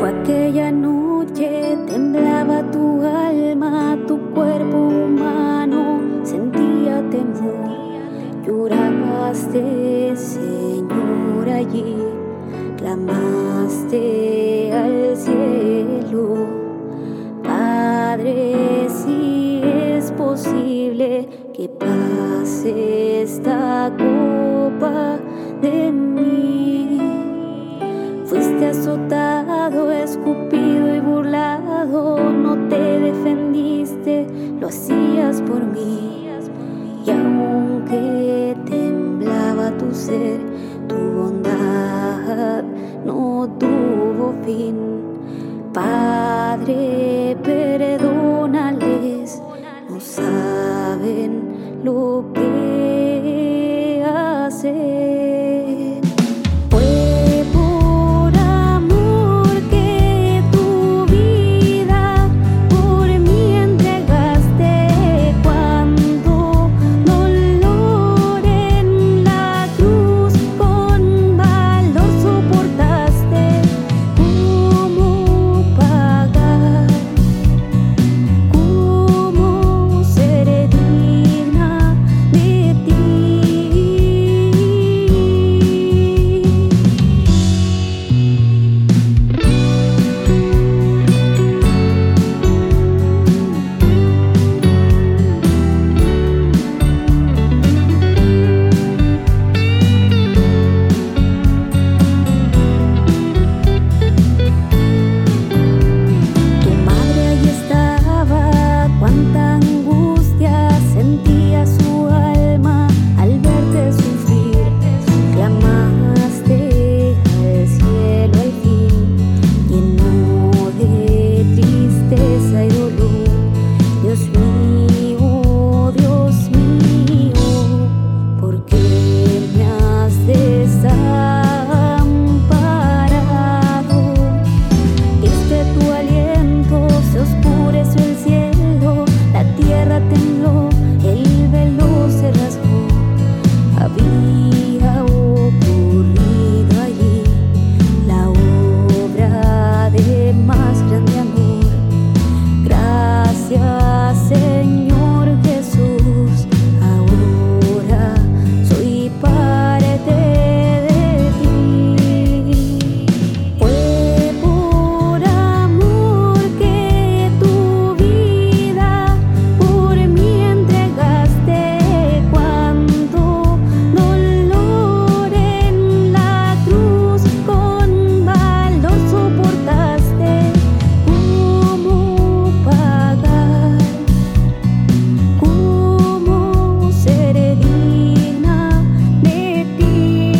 Fue aquella noche, temblaba tu alma, tu cuerpo humano sentía temor. Lloraste, Señor, allí, clamaste al cielo. Padre, si es posible que pase esta copa de mí. Fuiste azotado, escupido y burlado, no te defendiste, lo hacías por mí. Y aunque temblaba tu ser, tu bondad no tuvo fin. Padre, perdónales, no saben lo que hacen. Fue por amor que tu vida por mí entregaste, cuando dolor en la cruz con valor soportaste. ¿Cómo pagar? ¿Cómo seré digna de ti? Tu madre ahí estaba, cuánta angustia sentía su alma al verte sufrir. Clamaste al cielo al fin, lleno de tristeza y dolor. Dios mío, ¿por qué me has desamparado? Este tu aliento, se oscureció el cielo, la tierra tembló, el velo se rasgó. Había ocurrido allí la obra de más grande amor. Gracias, Señor Jesús, ahora soy parte de ti. Fue por amor que tu vida por mí entregaste, cuando dolor en la cruz con valor soportaste. ¿Cómo pagar? ¿Cómo seré digna de ti?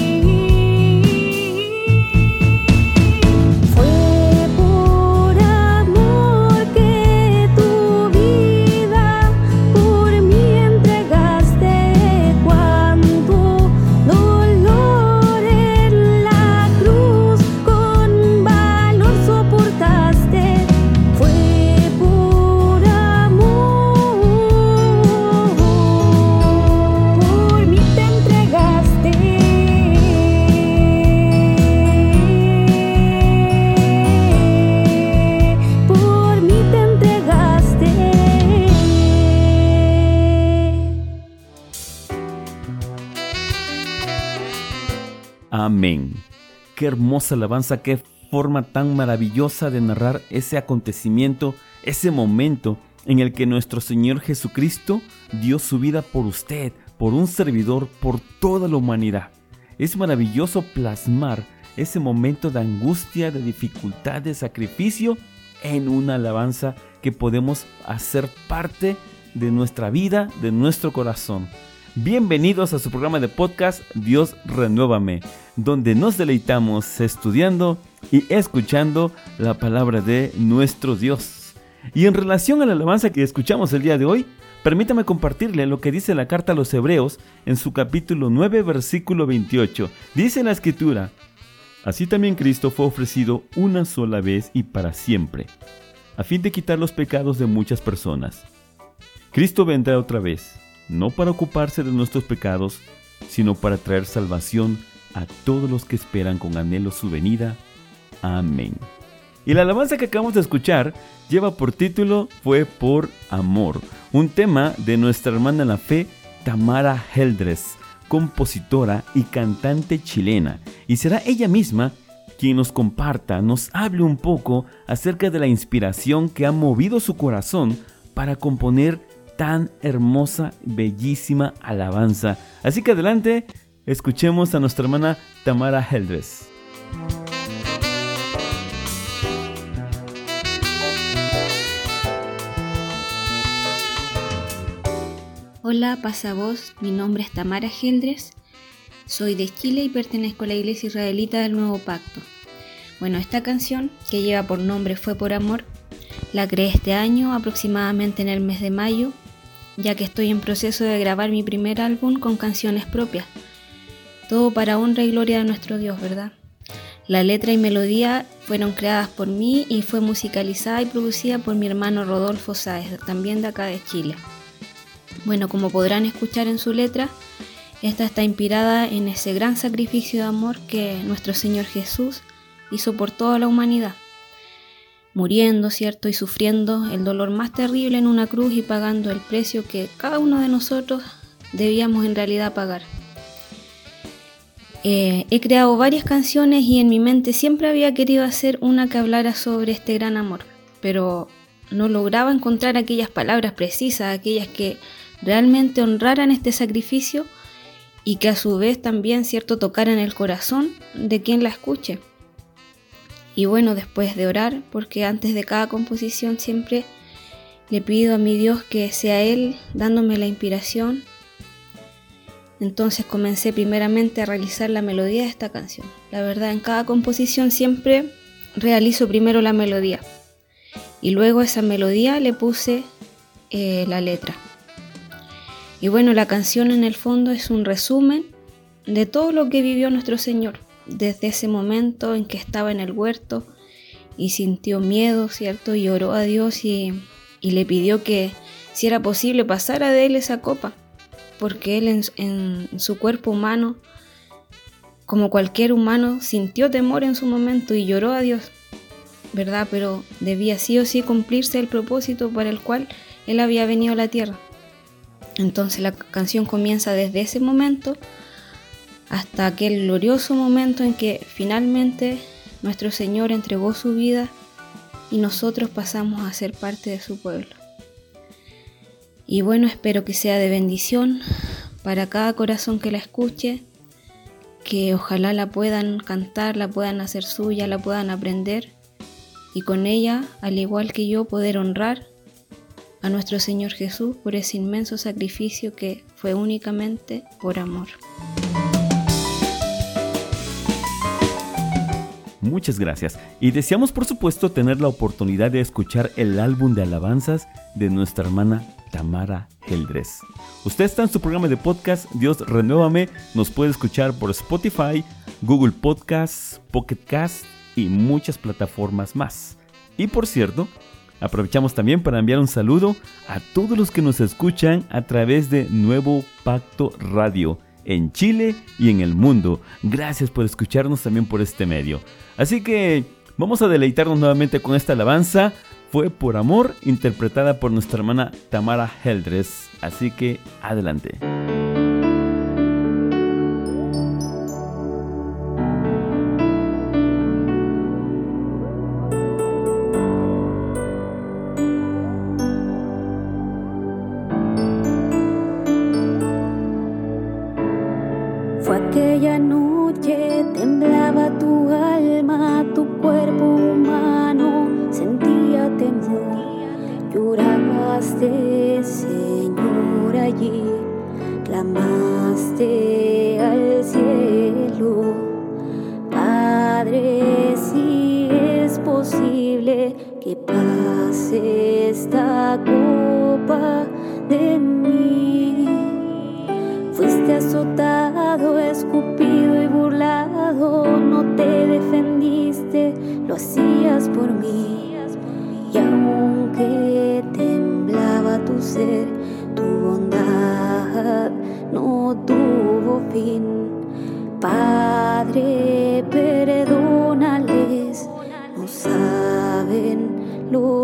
Fue por amor que tu vida por mí entregaste, cuando dolor en la cruz con valor soportaste. Fue por amor, por mí te entregaste. Por mí te entregaste. Amén. Qué hermosa alabanza, qué forma tan maravillosa de narrar ese acontecimiento, ese momento en el que nuestro Señor Jesucristo dio su vida por usted, por un servidor, por toda la humanidad. Es maravilloso plasmar ese momento de angustia, de dificultad, de sacrificio en una alabanza que podemos hacer parte de nuestra vida, de nuestro corazón. Bienvenidos a su programa de podcast Dios Renuévame, donde nos deleitamos estudiando y escuchando la palabra de nuestro Dios. Y en relación a la alabanza que escuchamos el día de hoy, permítame compartirle lo que dice la carta a los Hebreos en su capítulo 9, versículo 28. Dice la Escritura: así también Cristo fue ofrecido una sola vez y para siempre, a fin de quitar los pecados de muchas personas. Cristo vendrá otra vez, no para ocuparse de nuestros pecados, sino para traer salvación a todos los que esperan con anhelo su venida. Amén. Y la alabanza que acabamos de escuchar lleva por título Fue por amor, un tema de nuestra hermana en la fe, Tamara Geldres, compositora y cantante chilena. Y será ella misma quien nos comparta, nos hable un poco acerca de la inspiración que ha movido su corazón para componer tan hermosa, bellísima alabanza. Así que adelante, escuchemos a nuestra hermana Tamara Geldres. Hola, pasavoz, mi nombre es Tamara Geldres, soy de Chile y pertenezco a la Iglesia Israelita del Nuevo Pacto. Bueno, esta canción, que lleva por nombre Fue por amor, la creé este año aproximadamente en el mes de mayo, ya que estoy en proceso de grabar mi primer álbum con canciones propias. Todo para honra y gloria de nuestro Dios, ¿verdad? La letra y melodía fueron creadas por mí y fue musicalizada y producida por mi hermano Rodolfo Sáez, también de acá de Chile. Bueno, como podrán escuchar en su letra, esta está inspirada en ese gran sacrificio de amor que nuestro Señor Jesús hizo por toda la humanidad, muriendo, ¿cierto? Y sufriendo el dolor más terrible en una cruz y pagando el precio que cada uno de nosotros debíamos en realidad pagar. He creado varias canciones y en mi mente siempre había querido hacer una que hablara sobre este gran amor, pero no lograba encontrar aquellas palabras precisas, aquellas que realmente honraran este sacrificio y que a su vez también, ¿cierto?, tocaran el corazón de quien la escuche. Y bueno, después de orar, porque antes de cada composición siempre le pido a mi Dios que sea Él dándome la inspiración, entonces comencé primeramente a realizar la melodía de esta canción. La verdad, en cada composición siempre realizo primero la melodía y luego a esa melodía le puse la letra. Y bueno, la canción en el fondo es un resumen de todo lo que vivió nuestro Señor, desde ese momento en que estaba en el huerto y sintió miedo, ¿cierto? Y oró a Dios y le pidió que, si era posible, pasara de él esa copa, porque él en su cuerpo humano, como cualquier humano, sintió temor en su momento y lloró a Dios, ¿verdad? Pero debía sí o sí cumplirse el propósito para el cual él había venido a la tierra. Entonces la canción comienza desde ese momento hasta aquel glorioso momento en que finalmente nuestro Señor entregó su vida y nosotros pasamos a ser parte de su pueblo. Y bueno, espero que sea de bendición para cada corazón que la escuche, que ojalá la puedan cantar, la puedan hacer suya, la puedan aprender y con ella, al igual que yo, poder honrar a nuestro Señor Jesús por ese inmenso sacrificio que fue únicamente por amor. Muchas gracias. Y deseamos, por supuesto, tener la oportunidad de escuchar el álbum de alabanzas de nuestra hermana Tamara Geldres. Usted está en su programa de podcast Dios Renuévame. Nos puede escuchar por Spotify, Google Podcasts, Pocket Cast y muchas plataformas más. Y por cierto, aprovechamos también para enviar un saludo a todos los que nos escuchan a través de Nuevo Pacto Radio en Chile y en el mundo. Gracias por escucharnos también por este medio. Así que vamos a deleitarnos nuevamente con esta alabanza. Fue por amor, interpretada por nuestra hermana Tamara Geldres. Así que adelante. Fue aquella noche, temblaba tu alma, tu cuerpo humano sentía temor. Lloraste, Señor, allí, clamaste al cielo. Padre, si es posible que pase esta copa de mí. Fuiste azotado, escupido y burlado, no te defendiste, lo hacías por mí. Y aunque temblaba tu ser, tu bondad no tuvo fin. Padre, perdónales, no saben lo